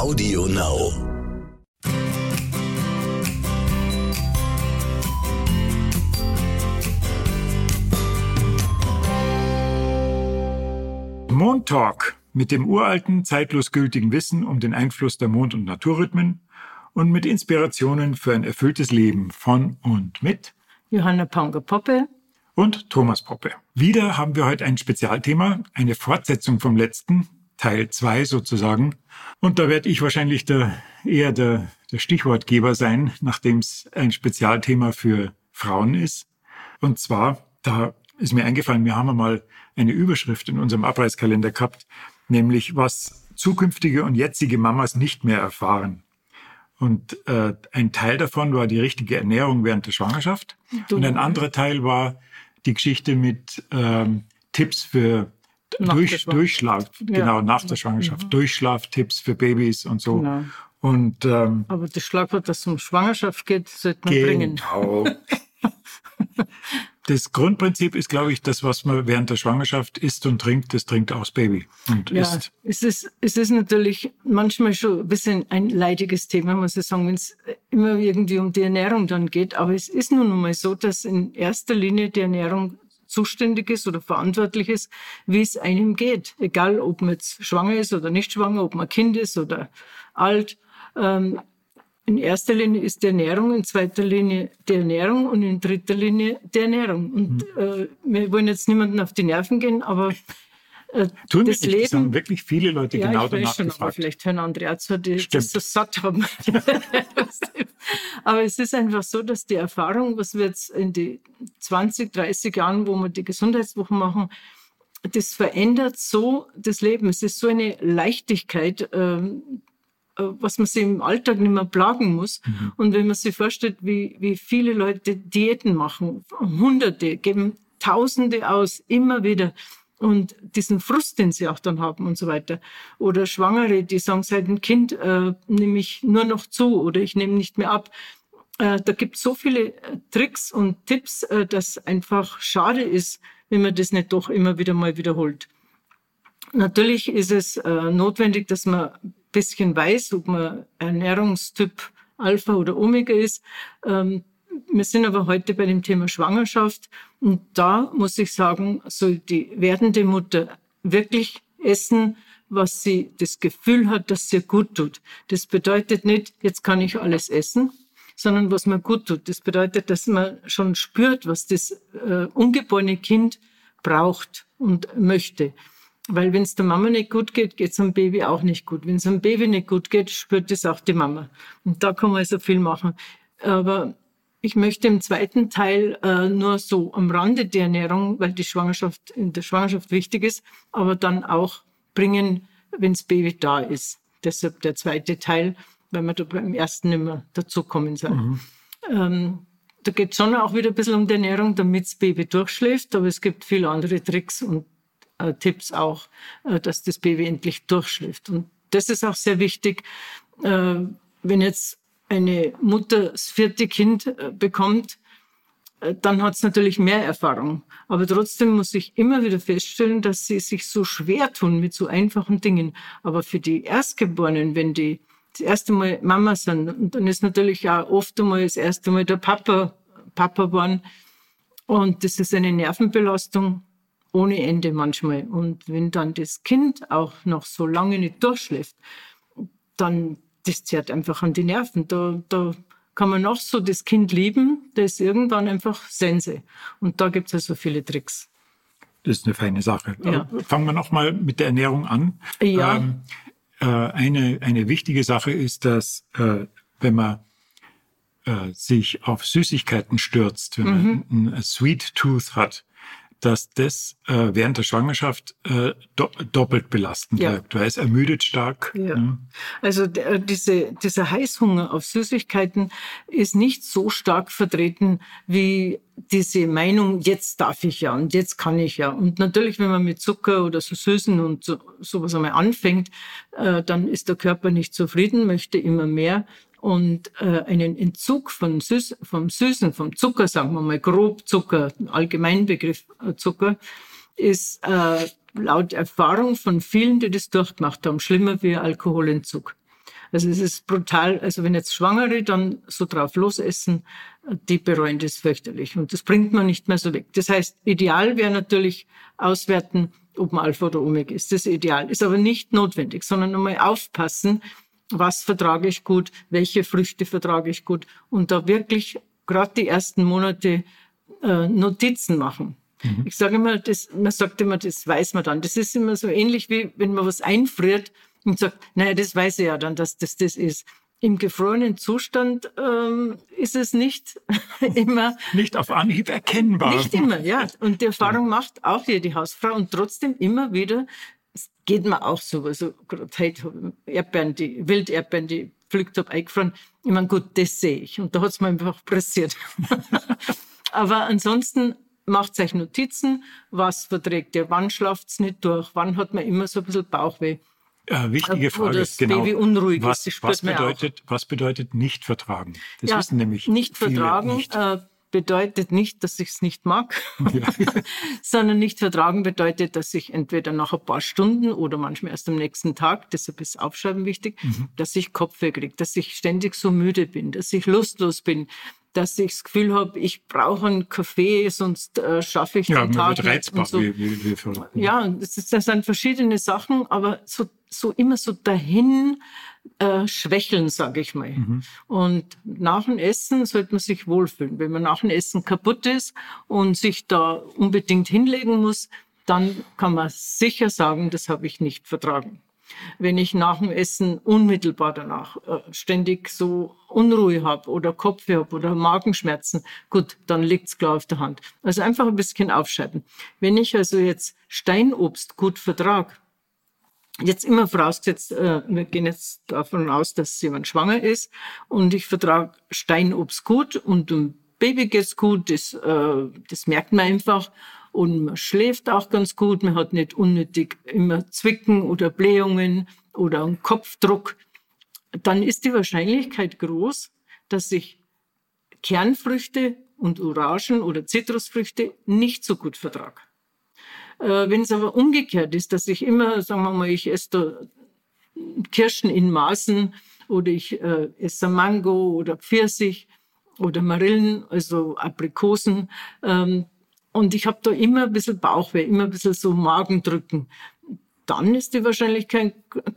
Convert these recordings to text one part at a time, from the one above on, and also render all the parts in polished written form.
Audio Now. Mondtalk mit dem uralten, zeitlos gültigen Wissen um den Einfluss der Mond- und Naturrhythmen und mit Inspirationen für ein erfülltes Leben von und mit Johanna Panger-Poppe und Thomas Poppe. Wieder haben wir heute ein Spezialthema, eine Fortsetzung vom letzten, Teil 2 sozusagen. Und da werde ich wahrscheinlich eher der Stichwortgeber sein, nachdem es ein Spezialthema für Frauen ist. Und zwar, da ist mir eingefallen, wir haben einmal eine Überschrift in unserem Abreißkalender gehabt, nämlich was zukünftige und jetzige Mamas nicht mehr erfahren. Und ein Teil davon war die richtige Ernährung während der Schwangerschaft. Und ein anderer Teil war die Geschichte mit Tipps für Durchschlaf, genau, nach der Schwangerschaft. Durchschlaftipps für Babys und so. Genau. Und, aber das Schlagwort, das um Schwangerschaft geht, sollte man bringen. Genau. Das Grundprinzip ist, glaube ich, das, was man während der Schwangerschaft isst und trinkt, das trinkt auch das Baby. Und ja, es ist natürlich manchmal schon ein bisschen ein leidiges Thema, muss ich sagen, wenn es immer irgendwie um die Ernährung dann geht. Aber es ist nun mal so, dass in erster Linie die Ernährung zuständig ist oder verantwortlich ist, wie es einem geht. Egal, ob man jetzt schwanger ist oder nicht schwanger, ob man Kind ist oder alt. In erster Linie ist die Ernährung, in zweiter Linie die Ernährung und in dritter Linie die Ernährung. Und wir wollen jetzt niemandem auf die Nerven gehen, aber tun das wir nicht, Leben... das haben wirklich viele Leute genau danach schon, gefragt. Aber vielleicht hören andere auch zu, die das so satt haben. Aber es ist einfach so, dass die Erfahrung, was wir jetzt in die 20, 30 Jahren, wo wir die Gesundheitswochen machen, das verändert so das Leben. Es ist so eine Leichtigkeit, was man sich im Alltag nicht mehr plagen muss. Und wenn man sich vorstellt, wie viele Leute Diäten machen, Hunderte, geben Tausende aus, immer wieder. Und diesen Frust, den sie auch dann haben und so weiter. Oder Schwangere, die sagen, seit dem Kind nehme ich nur noch zu oder ich nehme nicht mehr ab. Da gibt es so viele Tricks und Tipps, dass einfach schade ist, wenn man das nicht doch immer wieder mal wiederholt. Natürlich ist es notwendig, dass man ein bisschen weiß, ob man Ernährungstyp Alpha oder Omega ist. Wir sind aber heute bei dem Thema Schwangerschaft und da muss ich sagen, soll die werdende Mutter wirklich essen, was sie das Gefühl hat, dass es ihr gut tut. Das bedeutet nicht, jetzt kann ich alles essen, sondern was mir gut tut. Das bedeutet, dass man schon spürt, was das ungeborene Kind braucht und möchte. Weil wenn es der Mama nicht gut geht, geht es dem Baby auch nicht gut. Wenn es dem Baby nicht gut geht, spürt es auch die Mama. Und da kann man also viel machen. Aber ich möchte im zweiten Teil nur so am Rande die Ernährung, weil die Schwangerschaft in der Schwangerschaft wichtig ist, aber dann auch bringen, wenn das Baby da ist. Deshalb der zweite Teil, weil man da beim ersten nicht mehr dazukommen soll. Da geht es schon auch wieder ein bisschen um die Ernährung, damit das Baby durchschläft, aber es gibt viele andere Tricks und Tipps auch, dass das Baby endlich durchschläft. Und das ist auch sehr wichtig, wenn jetzt eine Mutter das 4. Kind bekommt, dann hat es natürlich mehr Erfahrung. Aber trotzdem muss ich immer wieder feststellen, dass sie sich so schwer tun mit so einfachen Dingen. Aber für die Erstgeborenen, wenn die das erste Mal Mama sind, und dann ist natürlich auch oft einmal das erste Mal der Papa geworden. Und das ist eine Nervenbelastung ohne Ende manchmal. Und wenn dann das Kind auch noch so lange nicht durchschläft, dann das zerrt einfach an die Nerven. Da kann man noch so das Kind lieben, das ist irgendwann einfach Sense. Und da gibt es also viele Tricks. Das ist eine feine Sache. Ja. Fangen wir nochmal mit der Ernährung an. Ja. Eine wichtige Sache ist, dass wenn man sich auf Süßigkeiten stürzt, wenn man einen Sweet Tooth hat, dass das während der Schwangerschaft doppelt belastend bleibt, weil es ermüdet stark. Ja. Ja. Also dieser Heißhunger auf Süßigkeiten ist nicht so stark vertreten wie diese Meinung, jetzt darf ich ja und jetzt kann ich ja. Und natürlich, wenn man mit Zucker oder so Süßen und sowas einmal anfängt, dann ist der Körper nicht zufrieden, möchte immer mehr. Und einen Entzug vom Süßen, vom Zucker, sagen wir mal grob Zucker, Allgemeinbegriff Zucker, ist laut Erfahrung von vielen, die das durchgemacht haben, schlimmer wie Alkoholentzug. Also es ist brutal. Also wenn jetzt Schwangere dann so drauf losessen, die bereuen das fürchterlich. Und das bringt man nicht mehr so weg. Das heißt, ideal wäre natürlich auswerten, ob man Alpha oder Omega ist. Das ist ideal. Ist aber nicht notwendig, sondern einmal aufpassen, was vertrage ich gut, welche Früchte vertrage ich gut. Und da wirklich gerade die ersten Monate Notizen machen. Ich sage immer, man sagt immer, das weiß man dann. Das ist immer so ähnlich, wie wenn man was einfriert und sagt, naja, das weiß ich ja dann, dass das ist. Im gefrorenen Zustand ist es nicht immer... Nicht auf Anhieb erkennbar. Nicht immer, ja. Und die Erfahrung macht auch jede Hausfrau. Und trotzdem immer wieder, es geht mir auch so. Also gerade heute habe ich Wilderdbeeren, die pflückt habe, eingefroren. Ich meine, gut, das sehe ich. Und da hat es mir einfach pressiert. Aber ansonsten macht euch Notizen, was verträgt ihr, wann schlaft's nicht durch, wann hat man immer so ein bisschen Bauchweh. Wichtige Frage. Oder das Baby unruhig ist, das spürt man auch. Was bedeutet nicht vertragen? Das ja, wissen nämlich nicht viele vertragen nicht. Bedeutet nicht, dass ich es nicht mag, Ja. sondern nicht vertragen bedeutet, dass ich entweder nach ein paar Stunden oder manchmal erst am nächsten Tag, deshalb ist Aufschreiben wichtig, dass ich Kopfweh kriege, dass ich ständig so müde bin, dass ich lustlos bin, dass ich das Gefühl habe, ich brauche einen Kaffee, sonst schaffe ich den Tag wird reizbar, nicht. Und so. wie verrückt. Ja, das sind verschiedene Sachen, aber so immer so dahin schwächeln, sage ich mal. Und nach dem Essen sollte man sich wohlfühlen. Wenn man nach dem Essen kaputt ist und sich da unbedingt hinlegen muss, dann kann man sicher sagen, das habe ich nicht vertragen. Wenn ich nach dem Essen unmittelbar danach ständig so Unruhe habe oder Kopfweh habe oder Magenschmerzen, gut, dann liegt's klar auf der Hand. Also einfach ein bisschen aufschreiben. Wenn ich also jetzt Steinobst gut vertrage, jetzt immer vorausgesetzt, wir gehen jetzt davon aus, dass jemand schwanger ist und ich vertrage Steinobst gut und dem Baby geht's gut, das merkt man einfach. Und man schläft auch ganz gut, man hat nicht unnötig immer Zwicken oder Blähungen oder einen Kopfdruck. Dann ist die Wahrscheinlichkeit groß, dass ich Kernfrüchte und Orangen oder Zitrusfrüchte nicht so gut vertrage. Wenn es aber umgekehrt ist, dass ich immer, sagen wir mal, ich esse da Kirschen in Maßen oder ich esse Mango oder Pfirsich oder Marillen, also Aprikosen, und ich habe da immer ein bisschen Bauchweh, immer ein bisschen so Magendrücken. Dann ist die Wahrscheinlichkeit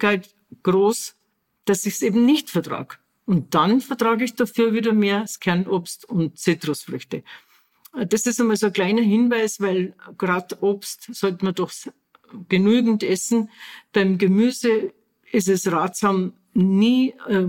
groß, dass ich es eben nicht vertrage. Und dann vertrage ich dafür wieder mehr das Kernobst und Zitrusfrüchte. Das ist einmal so ein kleiner Hinweis, weil gerade Obst sollte man doch genügend essen. Beim Gemüse ist es ratsam, nie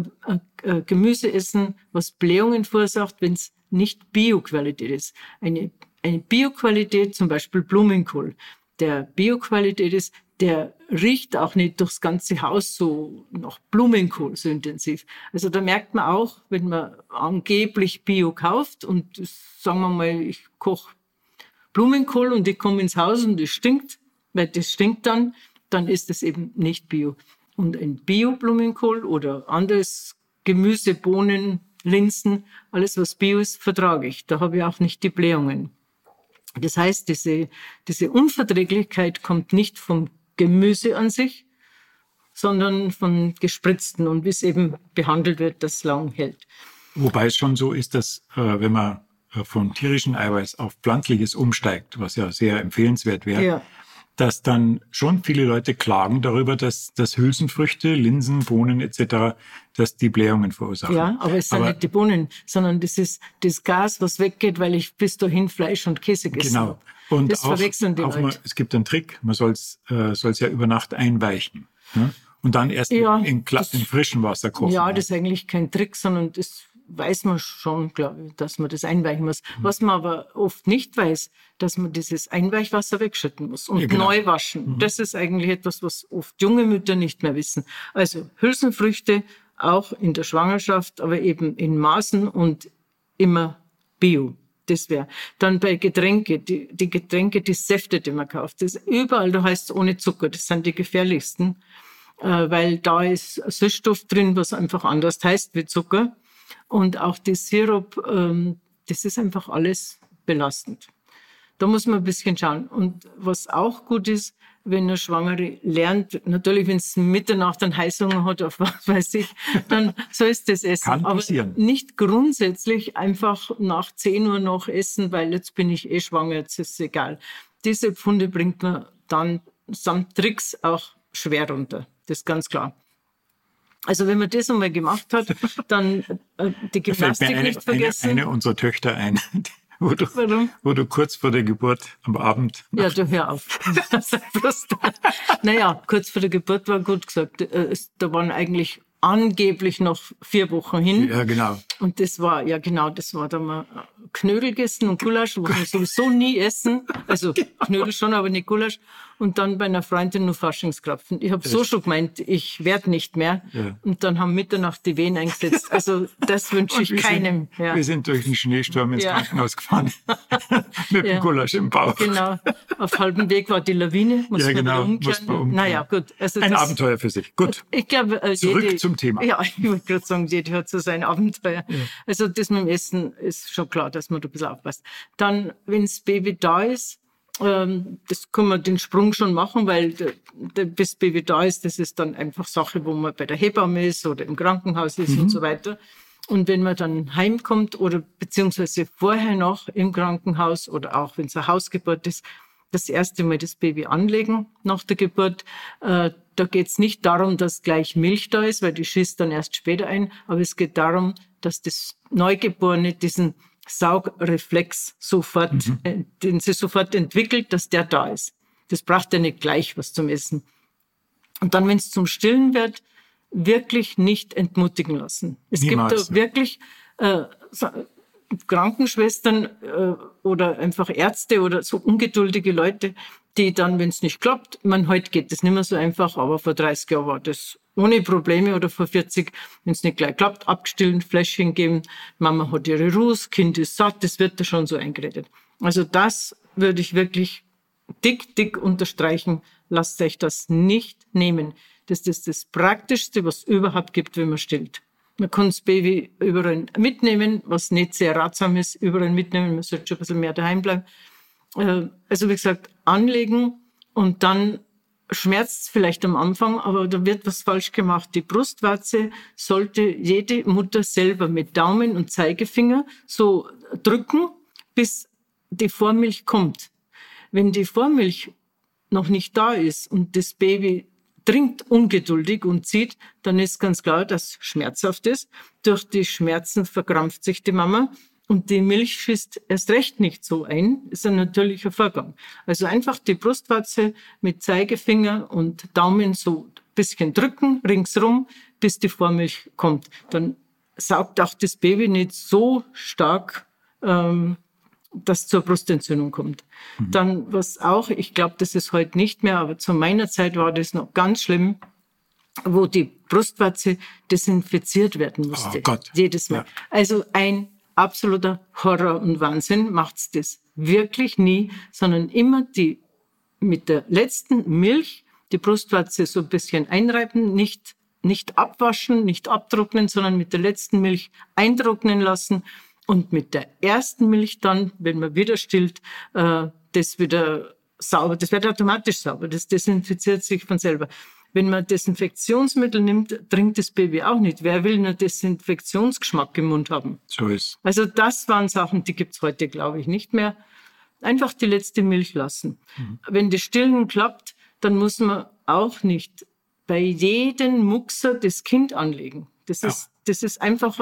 Gemüse essen, was Blähungen verursacht, wenn es nicht Bio-Qualität ist. Eine Bio-Qualität, zum Beispiel Blumenkohl, der Bio-Qualität ist, der riecht auch nicht durchs ganze Haus so nach Blumenkohl so intensiv. Also da merkt man auch, wenn man angeblich Bio kauft und sagen wir mal, ich koche Blumenkohl und ich komme ins Haus und es stinkt, weil das stinkt dann ist es eben nicht Bio. Und ein Bio-Blumenkohl oder anderes Gemüse, Bohnen, Linsen, alles was Bio ist, vertrage ich. Da habe ich auch nicht die Blähungen. Das heißt, diese Unverträglichkeit kommt nicht vom Gemüse an sich, sondern von Gespritzten und wie es eben behandelt wird, das lang hält. Wobei es schon so ist, dass wenn man von tierischem Eiweiß auf pflanzliches umsteigt, was ja sehr empfehlenswert wäre, Ja. dass dann schon viele Leute klagen darüber, dass Hülsenfrüchte, Linsen, Bohnen etc., dass die Blähungen verursachen. Ja, aber es sind nicht die Bohnen, sondern das ist das Gas, was weggeht, weil ich bis dahin Fleisch und Käse gegessen Genau. habe. Und Das verwechseln die Leute. es gibt einen Trick, man soll es ja über Nacht einweichen. Ne? Und dann erst in frischem Wasser kochen. Ja, das ist eigentlich kein Trick, sondern das weiß man schon, glaube ich, dass man das einweichen muss. Was man aber oft nicht weiß, dass man dieses Einweichwasser wegschütten muss und neu waschen. Das ist eigentlich etwas, was oft junge Mütter nicht mehr wissen. Also Hülsenfrüchte auch in der Schwangerschaft, aber eben in Maßen und immer Bio. Das wäre. Dann bei Getränke, die Getränke, die Säfte, die man kauft, das überall, da heißt es ohne Zucker, das sind die gefährlichsten, weil da ist Süßstoff drin, was einfach anders heißt wie Zucker. Und auch die Sirup, das ist einfach alles belastend. Da muss man ein bisschen schauen. Und was auch gut ist, wenn eine Schwangere lernt, natürlich, wenn es Mitternacht einen Heißhunger hat, auf was weiß ich, dann soll es das essen. Kann passieren. Aber nicht grundsätzlich einfach nach 10 Uhr noch essen, weil jetzt bin ich schwanger, jetzt ist es egal. Diese Pfunde bringt man dann samt Tricks auch schwer runter. Das ist ganz klar. Also wenn man das einmal gemacht hat, dann die Gymnastik nicht vergessen. Eine unserer Töchter ein. Wo du kurz vor der Geburt am Abend... Ja, du hör auf. Naja, kurz vor der Geburt war gut gesagt. Da waren eigentlich angeblich noch 4 Wochen hin. Ja, genau. Und das war da mal Knödel gegessen und Gulasch, was wir sowieso nie essen. Also Knödel schon, aber nicht Gulasch. Und dann bei einer Freundin nur Faschingskrapfen. Ich habe so schon gemeint, ich werde nicht mehr. Ja. Und dann haben Mitternacht die Wehen eingesetzt. Also das wünsche ich keinem. Wir sind durch den Schneesturm ins Krankenhaus gefahren. Mit dem Gulasch im Bauch. Genau. Auf halbem Weg war die Lawine. Muss man umkehren. Naja, gut. Also ein Abenteuer für sich. Gut. Ich glaube, Zurück zum Thema. Ja, ich wollte gerade sagen, jede hat so sein Abenteuer. Ja. Also das mit dem Essen ist schon klar, dass man da ein bisschen aufpasst. Dann, wenn das Baby da ist, das kann man den Sprung schon machen, weil bis das Baby da ist, das ist dann einfach Sache, wo man bei der Hebamme ist oder im Krankenhaus ist und so weiter. Und wenn man dann heimkommt oder beziehungsweise vorher noch im Krankenhaus oder auch wenn es eine Hausgeburt ist, das erste Mal das Baby anlegen nach der Geburt. Da geht es nicht darum, dass gleich Milch da ist, weil die schießt dann erst später ein, aber es geht darum, dass das Neugeborene diesen Saugreflex sofort, den sie sofort entwickelt, dass der da ist. Das braucht ja nicht gleich was zum Essen. Und dann, wenn es zum Stillen wird, wirklich nicht entmutigen lassen. Es Niemals. gibt da wirklich Krankenschwestern oder einfach Ärzte oder so ungeduldige Leute, die dann, wenn es nicht klappt, heute geht das nicht mehr so einfach, aber vor 30 Jahren war das ohne Probleme oder vor 40, wenn es nicht gleich klappt, abgestillt, Fläschchen geben, Mama hat ihre Ruhe, das Kind ist satt, das wird da schon so eingeredet. Also das würde ich wirklich dick unterstreichen, lasst euch das nicht nehmen. Das ist das Praktischste, was es überhaupt gibt, wenn man stillt. Man kann das Baby überall mitnehmen, was nicht sehr ratsam ist, überall mitnehmen, man sollte schon ein bisschen mehr daheim bleiben. Also wie gesagt, anlegen und dann schmerzt es vielleicht am Anfang, aber da wird was falsch gemacht. Die Brustwarze sollte jede Mutter selber mit Daumen und Zeigefinger so drücken, bis die Vormilch kommt. Wenn die Vormilch noch nicht da ist und das Baby trinkt ungeduldig und zieht, dann ist ganz klar, dass schmerzhaft ist. Durch die Schmerzen verkrampft sich die Mama und die Milch schießt erst recht nicht so ein. Das ist ein natürlicher Vorgang. Also einfach die Brustwarze mit Zeigefinger und Daumen so ein bisschen drücken, ringsrum, bis die Vormilch kommt. Dann saugt auch das Baby nicht so stark, dass zur Brustentzündung kommt. Dann, was auch, ich glaube, das ist heute nicht mehr, aber zu meiner Zeit war das noch ganz schlimm, wo die Brustwarze desinfiziert werden musste. Oh Gott. Jedes Mal. Ja. Also ein absoluter Horror und Wahnsinn macht's das wirklich nie, sondern immer mit der letzten Milch die Brustwarze so ein bisschen einreiben, nicht abwaschen, nicht abtrocknen, sondern mit der letzten Milch eintrocknen lassen. Und mit der ersten Milch dann, wenn man wieder stillt, das wieder sauber. Das wird automatisch sauber. Das desinfiziert sich von selber. Wenn man Desinfektionsmittel nimmt, trinkt das Baby auch nicht. Wer will nur Desinfektionsgeschmack im Mund haben? So ist. Also das waren Sachen, die gibt's heute, glaube ich, nicht mehr. Einfach die letzte Milch lassen. Wenn das Stillen klappt, dann muss man auch nicht bei jedem Muckser das Kind anlegen. Das ist einfach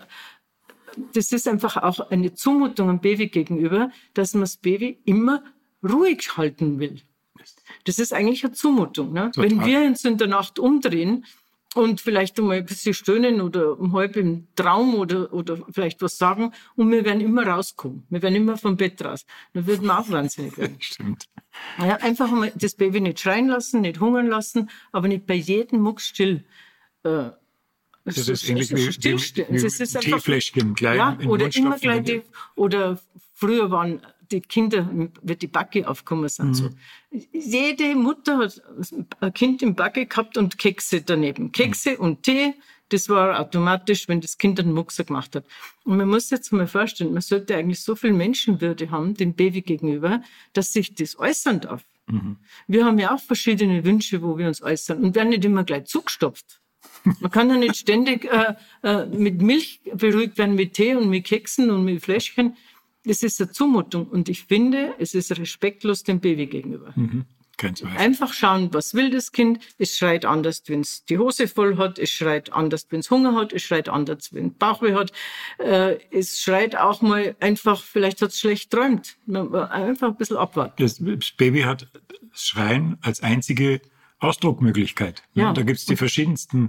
auch eine Zumutung am Baby gegenüber, dass man das Baby immer ruhig halten will. Das ist eigentlich eine Zumutung. Ne? Wenn wir uns in der Nacht umdrehen und vielleicht einmal ein bisschen stöhnen oder um halb im Traum oder vielleicht was sagen und wir werden immer rauskommen. Wir werden immer vom Bett raus. Dann würden wir auch wahnsinnig werden. Stimmt. Ja, einfach mal das Baby nicht schreien lassen, nicht hungern lassen, aber nicht bei jedem Mucks still. Das ist ähnlich wie Teefläschchen gleich. Ja, oder immer gleich oder früher waren die Kinder, wird die Backe aufgekommen sind. So. Jede Mutter hat ein Kind im Backe gehabt und Kekse daneben. Kekse und Tee, das war automatisch, wenn das Kind einen Muckser gemacht hat. Und man muss jetzt mal vorstellen, man sollte eigentlich so viel Menschenwürde haben, dem Baby gegenüber, dass sich das äußern darf. Wir haben ja auch verschiedene Wünsche, wo wir uns äußern und werden nicht immer gleich zugestopft. Man kann ja nicht ständig mit Milch beruhigt werden, mit Tee und mit Keksen und mit Fläschchen. Das ist eine Zumutung. Und ich finde, es ist respektlos dem Baby gegenüber. Kein Zweifel. Einfach schauen, was will das Kind. Es schreit anders, wenn es die Hose voll hat. Es schreit anders, wenn es Hunger hat. Es schreit anders, wenn es Bauchweh hat. Es schreit auch mal einfach, vielleicht hat es schlecht träumt. Einfach ein bisschen abwarten. Das Baby hat Schreien als einzige Ausdruckmöglichkeit. Ja. Da gibt es die verschiedensten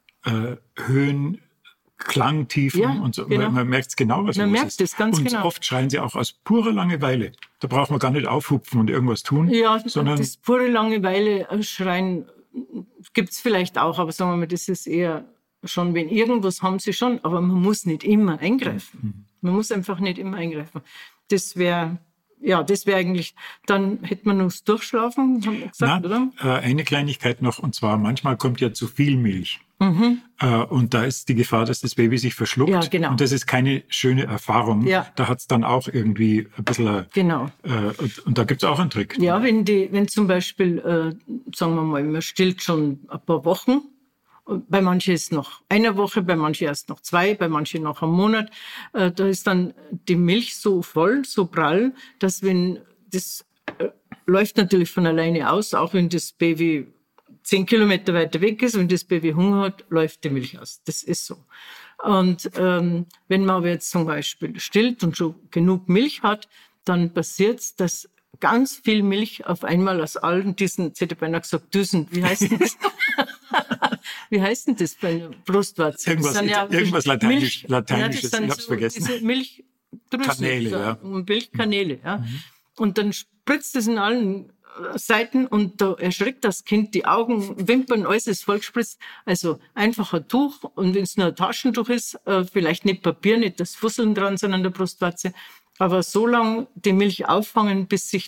Höhen, Klangtiefen Ja, und so. genau. Man merkt es genau, was Man los merkt ist. es ganz und genau. oft schreien sie auch aus purer Langeweile. Da braucht man gar nicht aufhupfen und irgendwas tun. Ja, sondern das pure Langeweile schreien gibt's vielleicht auch, aber sagen wir mal, das ist eher schon, wenn irgendwas haben sie schon, aber man muss nicht immer eingreifen. Man muss einfach nicht immer eingreifen. Das wäre eigentlich, dann hätte man noch das Durchschlafen, haben wir gesagt, oder? Eine Kleinigkeit noch, und zwar manchmal kommt ja zu viel Milch. Und da ist die Gefahr, dass das Baby sich verschluckt. Ja, genau. Und das ist keine schöne Erfahrung. Ja. Da hat's dann auch irgendwie ein bisschen... Genau. Und da gibt's auch einen Trick. Ja, wenn zum Beispiel, sagen wir mal, man stillt schon ein paar Wochen, bei manchen ist noch eine Woche, bei manchen erst noch 2, bei manchen noch einen Monat, da ist dann die Milch so voll, so prall, dass wenn das läuft natürlich von alleine aus, auch wenn das Baby 10 Kilometer weiter weg ist, wenn das Baby Hunger hat, läuft die Milch aus. Das ist so. Und wenn man aber jetzt zum Beispiel stillt und schon genug Milch hat, dann passiert's, dass ganz viel Milch auf einmal aus allen diesen, jetzt hätte ich beinahe gesagt, Düsen, wie heißt denn das? Wie heißt denn das bei einer Brustwarze? Irgendwas Lateinisches, das sind ich hab's vergessen. Diese Milchdrüsen. Kanäle, ja. Milchkanäle, ja. Und dann spritzt es in allen Seiten und da erschrickt das Kind, die Augen, Wimpern, alles ist vollgespritzt. Also einfach ein Tuch und wenn es nur ein Taschentuch ist, vielleicht nicht Papier, nicht das Fusseln dran, sondern der Brustwarze, aber so lange die Milch auffangen, bis sich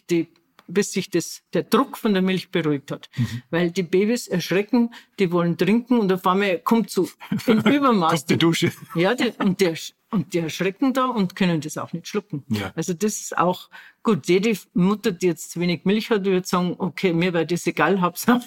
der Druck von der Milch beruhigt hat. Weil die Babys erschrecken, die wollen trinken und auf einmal kommt so in Übermaß. Kommt die Dusche. Ja, die erschrecken da und können das auch nicht schlucken. Ja. Also das ist auch gut. Jede Mutter, die jetzt zu wenig Milch hat, würde sagen, okay, mir wäre das egal, Hauptsache.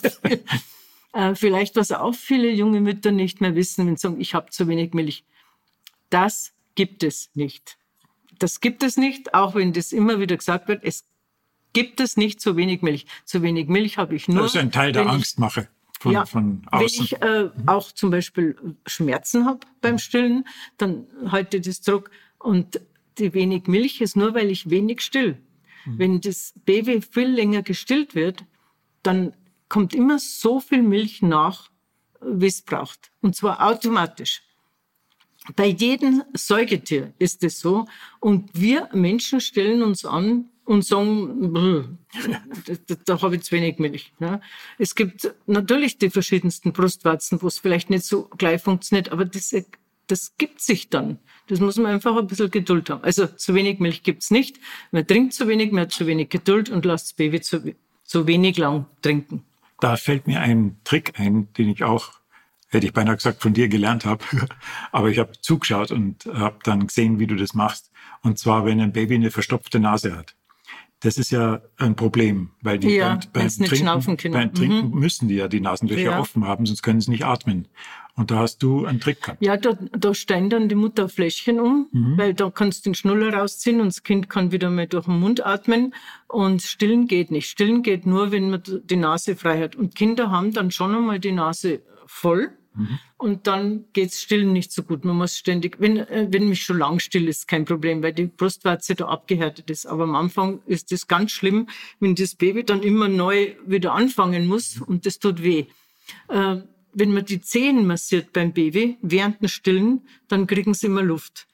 Vielleicht, was auch viele junge Mütter nicht mehr wissen, wenn sie sagen, ich habe zu wenig Milch. Das gibt es nicht. Das gibt es nicht, auch wenn das immer wieder gesagt wird. Es gibt es nicht zu wenig Milch. Zu wenig Milch habe ich nur. Das ist ein Teil der Angstmache von außen. Wenn ich auch zum Beispiel Schmerzen habe beim Stillen, dann halte ich das zurück. Und die wenig Milch ist nur, weil ich wenig still. Wenn das Baby viel länger gestillt wird, dann kommt immer so viel Milch nach, wie es braucht. Und zwar automatisch. Bei jedem Säugetier ist es so. Und wir Menschen stellen uns an und sagen, da habe ich zu wenig Milch. Ne? Es gibt natürlich die verschiedensten Brustwarzen, wo es vielleicht nicht so gleich funktioniert, aber das gibt sich dann. Das muss man einfach ein bisschen Geduld haben. Also zu wenig Milch gibt's nicht. Man trinkt zu wenig, man hat zu wenig Geduld und lässt das Baby zu wenig lang trinken. Da fällt mir ein Trick ein, den ich auch, hätte ich beinahe gesagt, von dir gelernt habe. Aber ich habe zugeschaut und habe dann gesehen, wie du das machst. Und zwar, wenn ein Baby eine verstopfte Nase hat. Das ist ja ein Problem, weil die beim Trinken müssen die ja die Nasenlöcher offen haben, sonst können sie nicht atmen. Und da hast du einen Trick gehabt. Ja, da stehen dann die Mutter auf Fläschchen um, weil da kannst du den Schnuller rausziehen und das Kind kann wieder mal durch den Mund atmen. Und stillen geht nicht. Stillen geht nur, wenn man die Nase frei hat. Und Kinder haben dann schon einmal die Nase voll. Und dann geht's stillen nicht so gut. Man muss ständig, wenn mich schon lang still ist, kein Problem, weil die Brustwarze da abgehärtet ist. Aber am Anfang ist das ganz schlimm, wenn das Baby dann immer neu wieder anfangen muss und das tut weh. Wenn man die Zehen massiert beim Baby während dem Stillen, dann kriegen sie immer Luft.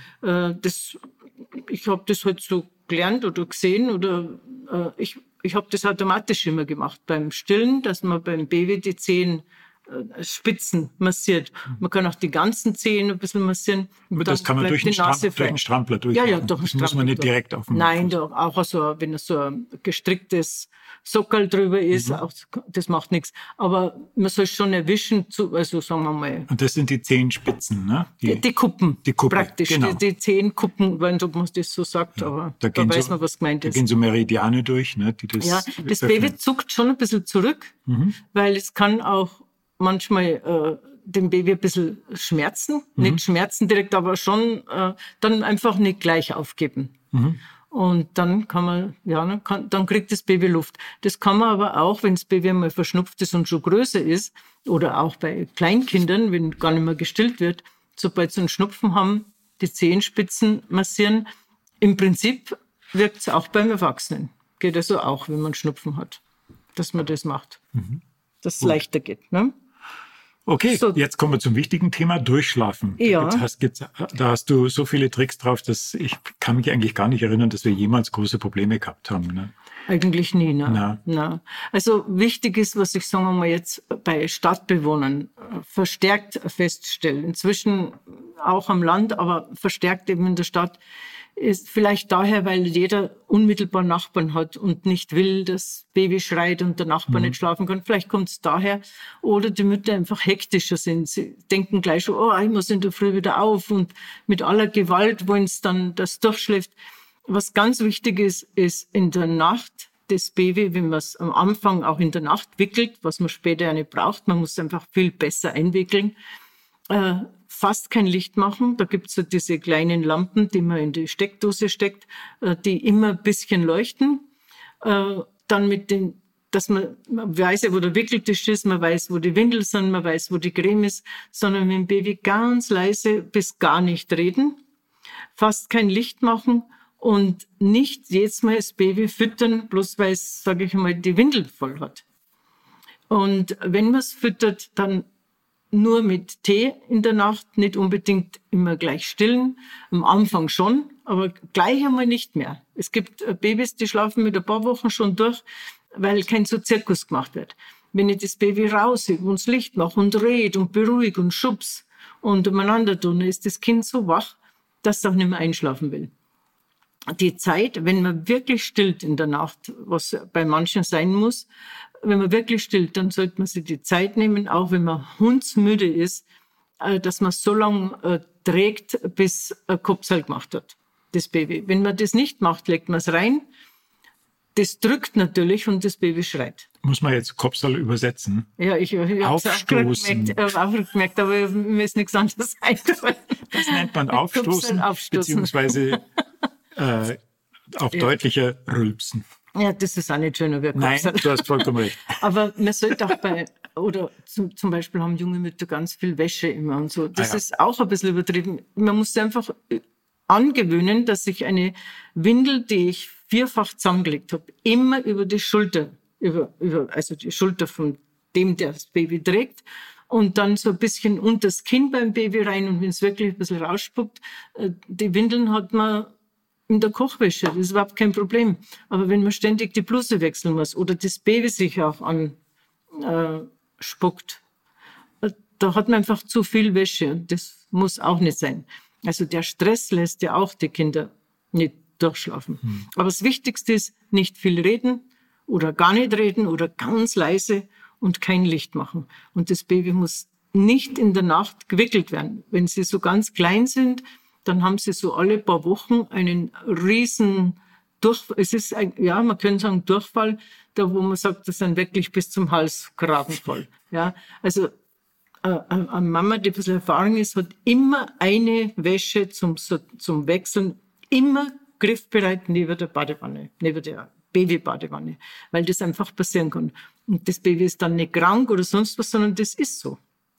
Ich habe das halt so gelernt oder gesehen oder ich habe das automatisch immer gemacht beim Stillen, dass man beim Baby die Zehen Spitzen massiert. Man kann auch die ganzen Zehen ein bisschen massieren. Aber das kann man durch den Strampler durchmachen. Ja, durch den Strampler. Das muss man nicht direkt auf dem Nein, auch so, wenn so ein gestricktes Sockerl drüber ist, auch, das macht nichts. Aber man soll es schon erwischen, also sagen wir mal. Und das sind die Zehenspitzen, ne? Die Kuppen. Die Kuppen, praktisch. Genau. Die Zehenkuppen, wenn man das so sagt, aber da weiß man, was gemeint ist. Da gehen so Meridiane durch, ne? Die das das Baby zuckt schon ein bisschen zurück, weil es kann auch manchmal dem Baby ein bisschen schmerzen. Nicht schmerzen direkt, aber schon dann einfach nicht gleich aufgeben. Und dann kann man, dann kriegt das Baby Luft. Das kann man aber auch, wenn das Baby einmal verschnupft ist und schon größer ist, oder auch bei Kleinkindern, wenn gar nicht mehr gestillt wird, sobald sie einen Schnupfen haben, die Zehenspitzen massieren. Im Prinzip wirkt es auch beim Erwachsenen. Geht also auch, wenn man Schnupfen hat, dass man das macht. Dass es leichter geht. Ne? Okay, so. Jetzt kommen wir zum wichtigen Thema, Durchschlafen. Ja. Da hast du so viele Tricks drauf, dass ich kann mich eigentlich gar nicht erinnern, dass wir jemals große Probleme gehabt haben. Ne? Eigentlich nie, ne? Na. Also wichtig ist, was ich sagen wir mal jetzt bei Stadtbewohnern verstärkt feststelle, inzwischen auch am Land, aber verstärkt eben in der Stadt, ist vielleicht daher, weil jeder unmittelbar Nachbarn hat und nicht will, dass Baby schreit und der Nachbar nicht schlafen kann. Vielleicht kommt es daher. Oder die Mütter einfach hektischer sind. Sie denken gleich schon, ich muss in der Früh wieder auf. Und mit aller Gewalt wollen sie dann das durchschläft. Was ganz wichtig ist in der Nacht das Baby, wenn man es am Anfang auch in der Nacht wickelt, was man später ja nicht braucht, man muss es einfach viel besser einwickeln, fast kein Licht machen. Da gibt's so diese kleinen Lampen, die man in die Steckdose steckt, die immer ein bisschen leuchten. Dann dass man weiß ja, wo der Wickeltisch ist, man weiß, wo die Windeln sind, man weiß, wo die Creme ist, sondern mit dem Baby ganz leise bis gar nicht reden, fast kein Licht machen und nicht jedes Mal das Baby füttern, bloß weil es, sage ich mal, die Windel voll hat. Und wenn man es füttert, dann nur mit Tee in der Nacht, nicht unbedingt immer gleich stillen. Am Anfang schon, aber gleich einmal nicht mehr. Es gibt Babys, die schlafen mit ein paar Wochen schon durch, weil kein so Zirkus gemacht wird. Wenn ich das Baby raushebe und das Licht mache und rede und beruhige und schubs und umeinander tue, dann ist das Kind so wach, dass es auch nicht mehr einschlafen will. Die Zeit, wenn man wirklich stillt in der Nacht, was bei manchen sein muss, wenn man wirklich stillt, dann sollte man sich die Zeit nehmen, auch wenn man hundsmüde ist, dass man so lange trägt, bis ein Kopfsaal gemacht hat, das Baby. Wenn man das nicht macht, legt man es rein. Das drückt natürlich und das Baby schreit. Muss man jetzt Kopfsaal übersetzen? Ja, ich habe es auch gemerkt, aber mir ist nichts anderes eingefallen. Das nennt man Aufstoßen. Beziehungsweise auch deutlicher Rülpsen. Ja, das ist auch nicht schöner wie Nein, du hast vollkommen recht. Aber man sollte auch zum Beispiel haben junge Mütter ganz viel Wäsche immer und so. Das ist auch ein bisschen übertrieben. Man muss sich einfach angewöhnen, dass ich eine Windel, die ich 4-fach zusammengelegt habe, immer über die Schulter, also die Schulter von dem, der das Baby trägt, und dann so ein bisschen unter das Kinn beim Baby rein. Und wenn es wirklich ein bisschen rausspuckt, die Windeln hat man in der Kochwäsche, das ist überhaupt kein Problem. Aber wenn man ständig die Bluse wechseln muss oder das Baby sich auch anspuckt, da hat man einfach zu viel Wäsche und das muss auch nicht sein. Also der Stress lässt ja auch die Kinder nicht durchschlafen. Aber das Wichtigste ist, nicht viel reden oder gar nicht reden oder ganz leise und kein Licht machen. Und das Baby muss nicht in der Nacht gewickelt werden. Wenn sie so ganz klein sind, dann haben sie so alle paar Wochen einen riesen es ist man könnte sagen Durchfall, da wo man sagt, das sind wirklich bis zum Halsgraben voll. Ja, also eine Mama, die ein bisschen Erfahrung ist, hat immer eine Wäsche zum Wechseln, immer griffbereit neben der Badewanne, neben der Babybadewanne, weil das einfach passieren kann. Und das Baby ist dann nicht krank oder sonst was, sondern das ist so.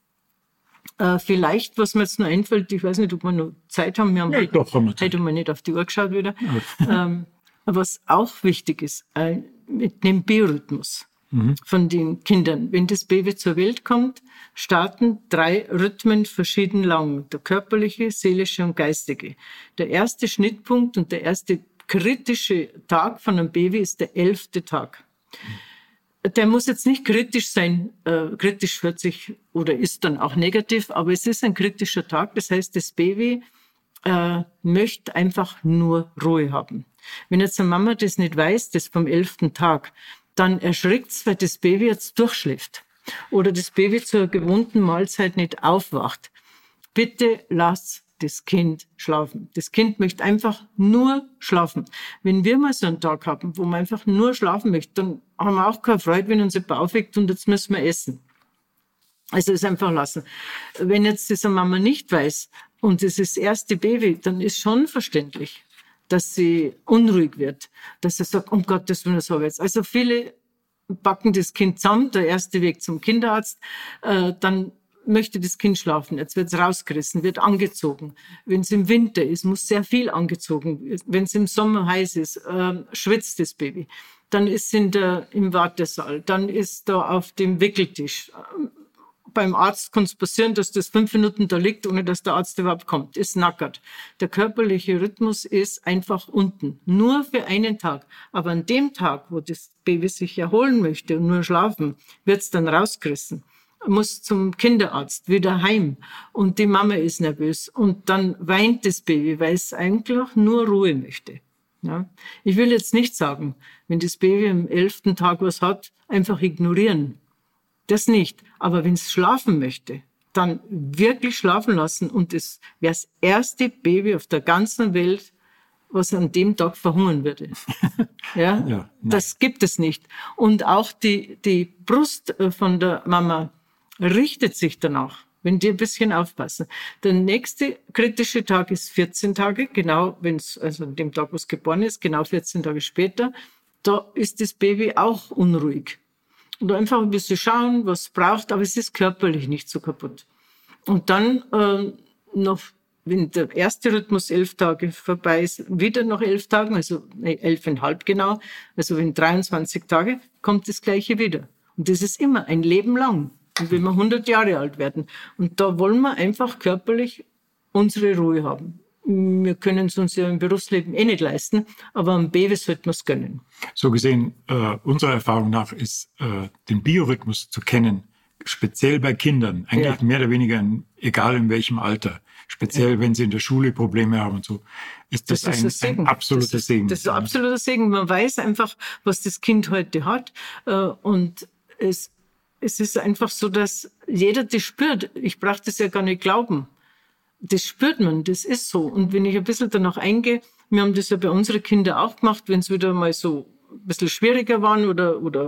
Vielleicht, was mir jetzt noch einfällt, ich weiß nicht, ob wir noch Zeit haben. Wir haben heute mal nicht auf die Uhr geschaut wieder. Was auch wichtig ist, mit dem Biorhythmus von den Kindern. Wenn das Baby zur Welt kommt, starten 3 Rhythmen verschieden lang. Der körperliche, seelische und geistige. Der erste Schnittpunkt und der erste kritische Tag von einem Baby ist der 11. Tag. Der muss jetzt nicht kritisch sein. Kritisch hört sich oder ist dann auch negativ, aber es ist ein kritischer Tag. Das heißt, das Baby möchte einfach nur Ruhe haben. Wenn jetzt eine Mama das nicht weiß, das vom 11. Tag, dann erschrickt's, weil das Baby jetzt durchschläft oder das Baby zur gewohnten Mahlzeit nicht aufwacht. Bitte lass das Kind schlafen. Das Kind möchte einfach nur schlafen. Wenn wir mal so einen Tag haben, wo man einfach nur schlafen möchte, dann haben wir auch keine Freude, wenn unser Bauch weckt und jetzt müssen wir essen. Also es einfach lassen. Wenn jetzt diese Mama nicht weiß und es ist das erste Baby, dann ist schon verständlich, dass sie unruhig wird, dass sie sagt, um Gottes Willen, was habe ich jetzt? Also viele packen das Kind zusammen, der erste Weg zum Kinderarzt, dann möchte das Kind schlafen, jetzt wird es rausgerissen, wird angezogen. Wenn es im Winter ist, muss sehr viel angezogen. Wenn es im Sommer heiß ist, schwitzt das Baby. Dann ist im Wartesaal, dann ist da auf dem Wickeltisch. Beim Arzt kann es passieren, dass das 5 Minuten da liegt, ohne dass der Arzt überhaupt kommt. Es nackert. Der körperliche Rhythmus ist einfach unten. Nur für einen Tag. Aber an dem Tag, wo das Baby sich erholen möchte und nur schlafen, wird es dann rausgerissen. Muss zum Kinderarzt, wieder heim. Und die Mama ist nervös. Und dann weint das Baby, weil es eigentlich nur Ruhe möchte. Ja? Ich will jetzt nicht sagen, wenn das Baby am 11. Tag was hat, einfach ignorieren. Das nicht. Aber wenn es schlafen möchte, dann wirklich schlafen lassen. Und es wäre das erste Baby auf der ganzen Welt, was an dem Tag verhungern würde. Ja, das gibt es nicht. Und auch die Brust von der Mama richtet sich danach, wenn die ein bisschen aufpassen. Der nächste kritische Tag ist 14 Tage, genau, also an dem Tag, wo es geboren ist, genau 14 Tage später. Da ist das Baby auch unruhig. Und einfach ein bisschen schauen, was es braucht, aber es ist körperlich nicht so kaputt. Und dann noch, wenn der erste Rhythmus 11 Tage vorbei ist, wieder noch 11 Tagen, also 11,5 genau, also wenn 23 Tage, kommt das Gleiche wieder. Und das ist immer ein Leben lang. Und wenn wir 100 Jahre alt werden. Und da wollen wir einfach körperlich unsere Ruhe haben. Wir können es uns ja im Berufsleben nicht leisten, aber am Baby sollten wir es gönnen. So gesehen, unserer Erfahrung nach ist den Biorhythmus zu kennen, speziell bei Kindern, eigentlich mehr oder weniger egal in welchem Alter, speziell wenn sie in der Schule Probleme haben und so, ist das ein absoluter Segen. Das ist ein absoluter Segen. Man weiß einfach, was das Kind heute hat und es ist einfach so, dass jeder das spürt. Ich brauche das ja gar nicht glauben. Das spürt man, das ist so. Und wenn ich ein bisschen danach eingehe, wir haben das ja bei unseren Kindern auch gemacht, wenn es wieder mal so ein bisschen schwieriger waren oder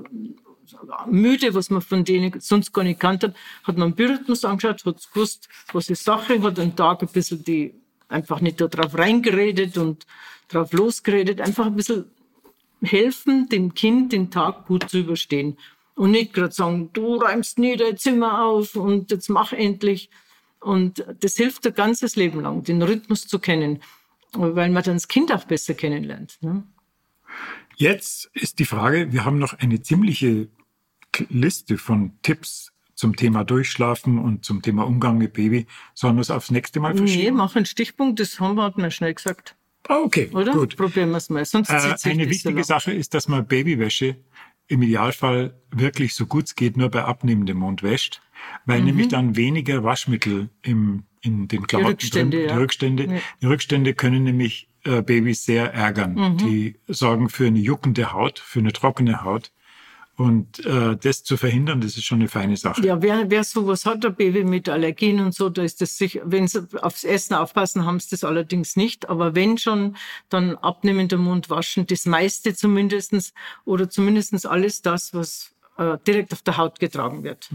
müde, was man von denen sonst gar nicht kannte, hat man einen Biorhythmus angeschaut, hat gewusst, was ist Sache, hat einen Tag ein bisschen einfach nicht da drauf reingeredet und drauf losgeredet, einfach ein bisschen helfen, dem Kind den Tag gut zu überstehen. Und nicht gerade sagen, du räumst nie dein Zimmer auf und jetzt mach endlich. Und das hilft ein ganzes Leben lang, den Rhythmus zu kennen, weil man dann das Kind auch besser kennenlernt. Ne? Jetzt ist die Frage, wir haben noch eine ziemliche Liste von Tipps zum Thema Durchschlafen und zum Thema Umgang mit Baby. Sollen wir es aufs nächste Mal verschieben? Nee, mach einen Stichpunkt, das hat man schnell gesagt. Ah, okay, oder? Gut. Probieren wir es mal. Sonst eine wichtige Sache ist, dass man Babywäsche im Idealfall wirklich so gut es geht nur bei abnehmendem Mund wäscht, weil nämlich dann weniger Waschmittel in den Klamotten drin. Die Rückstände können nämlich Babys sehr ärgern. Die sorgen für eine juckende Haut, für eine trockene Haut. Und das zu verhindern, das ist schon eine feine Sache. Ja, wer sowas hat, ein Baby mit Allergien und so, da ist das sicher, wenn sie aufs Essen aufpassen, haben sie das allerdings nicht. Aber wenn schon, dann abnehmen den Mund waschen, das meiste zumindestens oder zumindestens alles das, was direkt auf der Haut getragen wird.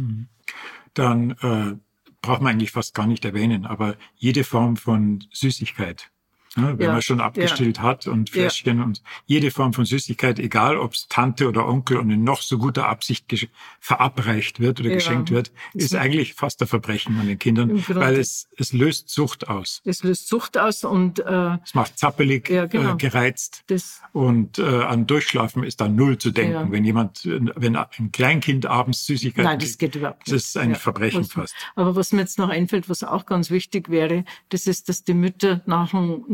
Dann braucht man eigentlich fast gar nicht erwähnen, aber jede Form von Süßigkeit. Ja, wenn man schon abgestillt hat und Fläschchen und jede Form von Süßigkeit, egal ob es Tante oder Onkel und in noch so guter Absicht verabreicht wird oder geschenkt wird, ist eigentlich fast ein Verbrechen an den Kindern, weil es löst Sucht aus. Es löst Sucht aus und es macht zappelig, gereizt und an Durchschlafen ist da null zu denken. Wenn ein Kleinkind abends Süßigkeit kriegt, das geht überhaupt nicht. Das ist ein Verbrechen fast. Aber was mir jetzt noch einfällt, was auch ganz wichtig wäre, das ist, dass die Mütter nach dem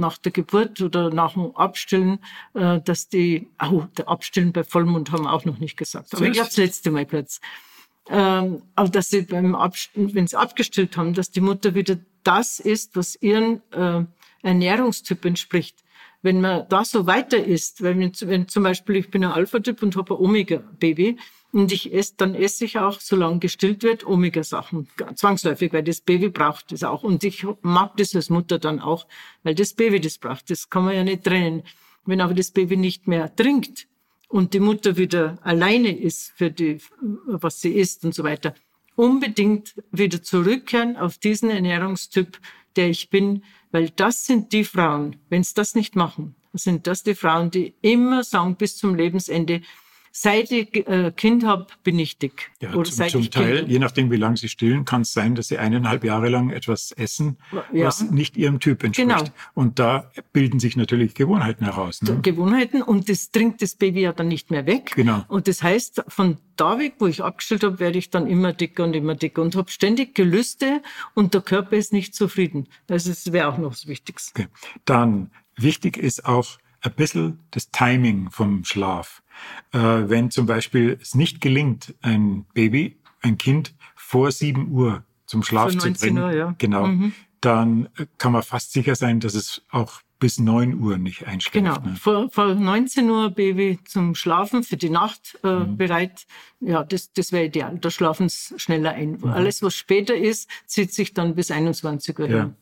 nach der Geburt oder nach dem Abstillen, dass der Abstillen bei Vollmond haben wir auch noch nicht gesagt. Aber ich glaube, das letzte Mal kurz. Aber dass sie wenn sie abgestillt haben, dass die Mutter wieder das isst, was ihren Ernährungstyp entspricht. Wenn man da so weiter isst, wenn zum Beispiel ich bin ein Alpha-Typ und habe ein Omega-Baby und dann esse ich auch, solange gestillt wird, Omega-Sachen, zwangsläufig, weil das Baby braucht das auch. Und ich mag das als Mutter dann auch, weil das Baby das braucht. Das kann man ja nicht trennen. Wenn aber das Baby nicht mehr trinkt und die Mutter wieder alleine ist für was sie isst und so weiter, unbedingt wieder zurückkehren auf diesen Ernährungstyp, der ich bin, weil das sind die Frauen, wenn sie das nicht machen, sind das die Frauen, die immer sagen bis zum Lebensende, seit ich Kind habe, bin ich dick. Ja, oder zum Teil, je nachdem, wie lange sie stillen, kann es sein, dass sie 1,5 Jahre lang etwas essen, was nicht ihrem Typ entspricht. Genau. Und da bilden sich natürlich Gewohnheiten heraus. Ne? Gewohnheiten, und das trinkt das Baby ja dann nicht mehr weg. Genau. Und das heißt, von da weg, wo ich abgestillt habe, werde ich dann immer dicker und habe ständig Gelüste und der Körper ist nicht zufrieden. Also das wäre auch noch das Wichtigste. Okay. Dann wichtig ist auch ein bisschen das Timing vom Schlaf. Wenn zum Beispiel es nicht gelingt, ein Kind vor 7 Uhr zum Schlaf zu bringen, Uhr, ja. Genau, dann kann man fast sicher sein, dass es auch bis 9 Uhr nicht einschläft. Genau, ne? vor 19 Uhr Baby zum Schlafen für die Nacht bereit. Ja, das wäre ideal. Da schlafen sie schneller ein. Alles, was später ist, zieht sich dann bis 21 Uhr hin.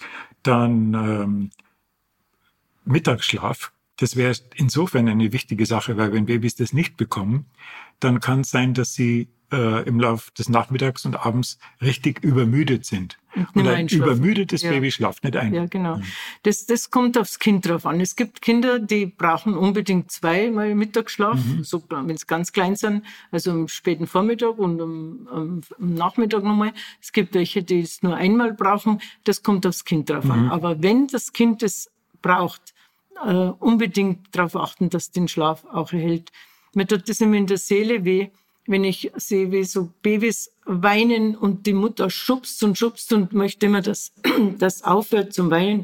Dann Mittagsschlaf. Das wäre insofern eine wichtige Sache, weil wenn Babys das nicht bekommen, dann kann es sein, dass sie im Laufe des Nachmittags und abends richtig übermüdet sind. Und ein übermüdetes Baby schlaft nicht ein. Ja, genau. Das kommt aufs Kind drauf an. Es gibt Kinder, die brauchen unbedingt 2-mal Mittagsschlaf, so wenn sie ganz klein sind, also am späten Vormittag und am Nachmittag nochmal. Es gibt welche, die es nur einmal brauchen. Das kommt aufs Kind drauf an. Aber wenn das Kind es braucht, unbedingt darauf achten, dass den Schlaf auch erhält. Mir tut das immer in der Seele weh, wenn ich sehe, wie so Babys weinen und die Mutter schubst und möchte immer, dass das aufhört zum Weinen.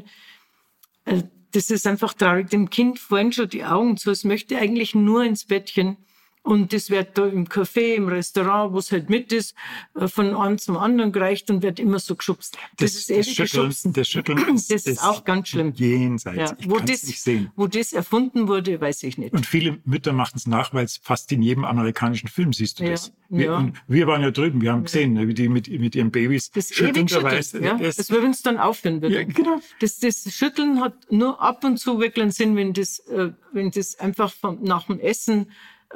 Das ist einfach traurig. Dem Kind fallen schon die Augen zu. Es möchte eigentlich nur ins Bettchen. Und das wird da im Café, im Restaurant, wo es halt mit ist, von einem zum anderen gereicht und wird immer so geschubst. Das ist ewig Schubsen. Das Schütteln das ist auch ganz schlimm. Jenseits. Ja. Ich kann es nicht sehen. Wo das erfunden wurde, weiß ich nicht. Und viele Mütter machen es nach, weil es fast in jedem amerikanischen Film siehst du das. Wir waren ja drüben, wir haben gesehen, wie die mit ihren Babys das schütteln. Das wird uns dann aufhören würde. Ja, genau. Das Schütteln hat nur ab und zu wirklich einen Sinn, wenn das einfach nach dem Essen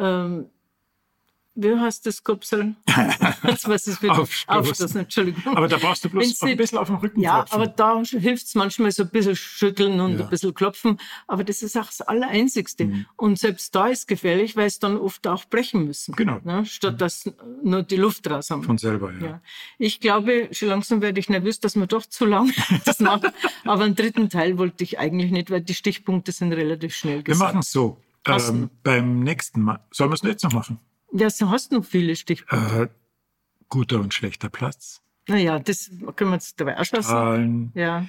wie heißt das, Kopsel? Jetzt weiß ich wieder. Aufstoßen, Entschuldigung. Aber da brauchst du bloß ein bisschen auf den Rücken klopfen. Ja, aber da hilft es manchmal so ein bisschen schütteln und ein bisschen klopfen. Aber das ist auch das Allereinzigste. Und selbst da ist gefährlich, weil es dann oft auch brechen müssen. Genau. Ne? Statt dass nur die Luft raus haben. Von selber, ja. Ich glaube, schon langsam werde ich nervös, dass wir doch zu lang das machen. Aber einen dritten Teil wollte ich eigentlich nicht, weil die Stichpunkte sind relativ schnell gesagt. Wir machen es so. Beim nächsten Mal. Sollen wir es jetzt noch machen? Ja, du hast noch viele Stichpunkte. Guter und schlechter Platz. Naja, das können wir jetzt dabei ausschließen. Ja.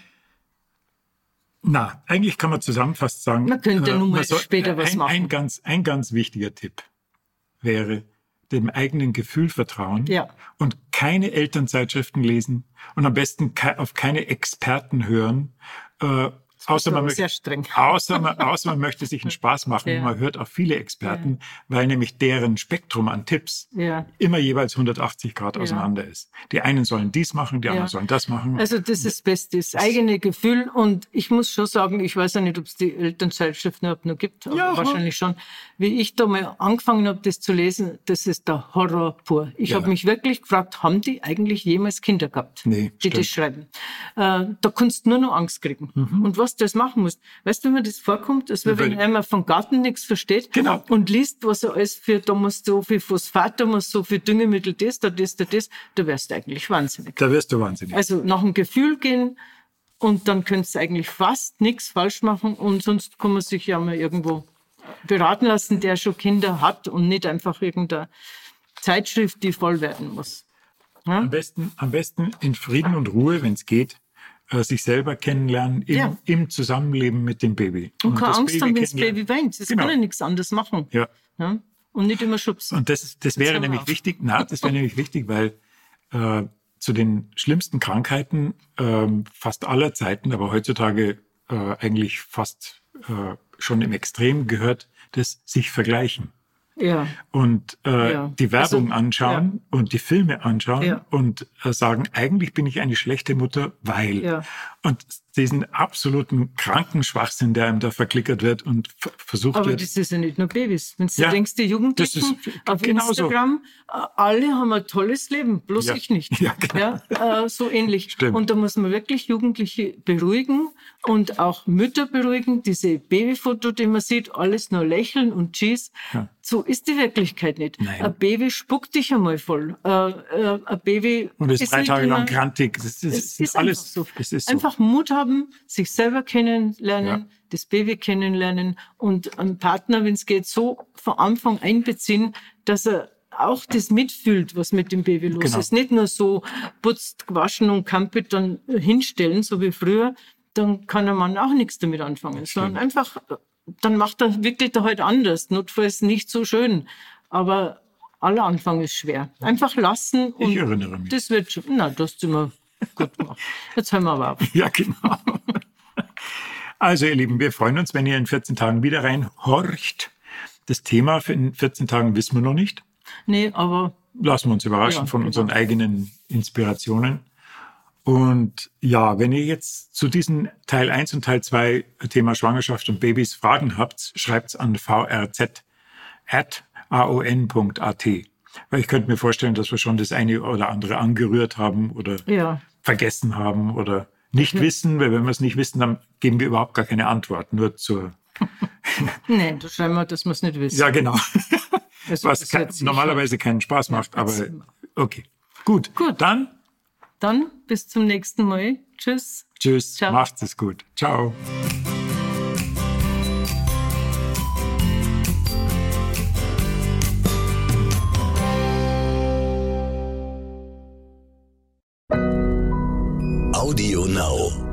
Na, eigentlich kann man zusammenfassend sagen, man könnte nun mal später was machen. Ein ganz wichtiger Tipp wäre, dem eigenen Gefühl vertrauen und keine Elternzeitschriften lesen und am besten auf keine Experten hören. Außer man möchte sich einen Spaß machen. Man hört auf viele Experten, weil nämlich deren Spektrum an Tipps immer jeweils 180 Grad auseinander ist. Die einen sollen dies machen, die anderen sollen das machen. Also das ist das Beste, das eigene Gefühl. Und ich muss schon sagen, ich weiß ja nicht, ob es die Elternzeitschriften überhaupt noch gibt, aber wahrscheinlich schon. Wie ich da mal angefangen habe, das zu lesen, das ist der Horror pur. Ich habe mich wirklich gefragt, haben die eigentlich jemals Kinder gehabt, die das schreiben? Da kannst du nur noch Angst kriegen. Und was das machen musst. Weißt du, wenn mir das vorkommt, als wenn einer vom Garten nichts versteht und liest, was er alles da muss so viel Phosphat, da muss so viel Düngemittel, da wärst du eigentlich wahnsinnig. Da wirst du wahnsinnig. Also nach dem Gefühl gehen und dann könntest du eigentlich fast nichts falsch machen und sonst kann man sich ja mal irgendwo beraten lassen, der schon Kinder hat und nicht einfach irgendeine Zeitschrift, die voll werden muss. Ja? Am besten in Frieden und Ruhe, wenn es geht, sich selber kennenlernen im Zusammenleben mit dem Baby. Und keine Angst haben, wenn das Baby weint. Das kann ja nichts anderes machen. Ja. Und nicht immer schubsen. Und das wäre nämlich wichtig. Das wäre nämlich wichtig, weil zu den schlimmsten Krankheiten fast aller Zeiten, aber heutzutage eigentlich fast schon im Extrem gehört das sich vergleichen. Ja. Und die Werbung anschauen und die Filme anschauen und sagen, eigentlich bin ich eine schlechte Mutter, weil. Ja. Und diesen absoluten kranken Schwachsinn, der einem da verklickert wird und versucht wird. Aber das ist ja nicht nur Babys. Wenn du denkst, die Jugendlichen auf Instagram, alle haben ein tolles Leben, bloß ich nicht. Ja, genau. So ähnlich. Stimmt. Und da muss man wirklich Jugendliche beruhigen und auch Mütter beruhigen. Diese Babyfoto, die man sieht, alles nur lächeln und Cheese. Ja. So ist die Wirklichkeit nicht. Nein. Ein Baby spuckt dich einmal voll. Ein Baby und ist 3 Tage lang grantig. Das ist alles so. Das ist einfach Mut haben, sich selber kennenlernen, das Baby kennenlernen und einen Partner, wenn es geht, so von Anfang einbeziehen, dass er auch das mitfühlt, was mit dem Baby los ist. Nicht nur so putzt, gewaschen und kampelt dann hinstellen, so wie früher, dann kann der Mann auch nichts damit anfangen. Sondern einfach, dann macht er wirklich da halt anders. Notfalls nicht so schön, aber aller Anfang ist schwer. Einfach lassen und ich erinnere mich. Das wird schon, das sind wir gut gemacht. Jetzt hören wir aber auf. Ja, genau. Also, ihr Lieben, wir freuen uns, wenn ihr in 14 Tagen wieder reinhorcht. Das Thema für in 14 Tagen wissen wir noch nicht. Nee, aber... Lassen wir uns überraschen von unseren eigenen Inspirationen. Und ja, wenn ihr jetzt zu diesen Teil 1 und Teil 2 Thema Schwangerschaft und Babys Fragen habt, schreibt's an vrz@aon.at. Weil ich könnte mir vorstellen, dass wir schon das eine oder andere angerührt haben oder vergessen haben oder nicht wissen. Weil wenn wir es nicht wissen, dann geben wir überhaupt gar keine Antwort. Nur zur... Nein, da schreiben wir, dass wir es nicht wissen. Ja, genau. Also, was normalerweise keinen Spaß macht. Aber okay, gut. Dann bis zum nächsten Mal. Tschüss. Tschüss. Ciao. Macht's es gut. Ciao. Audio Now.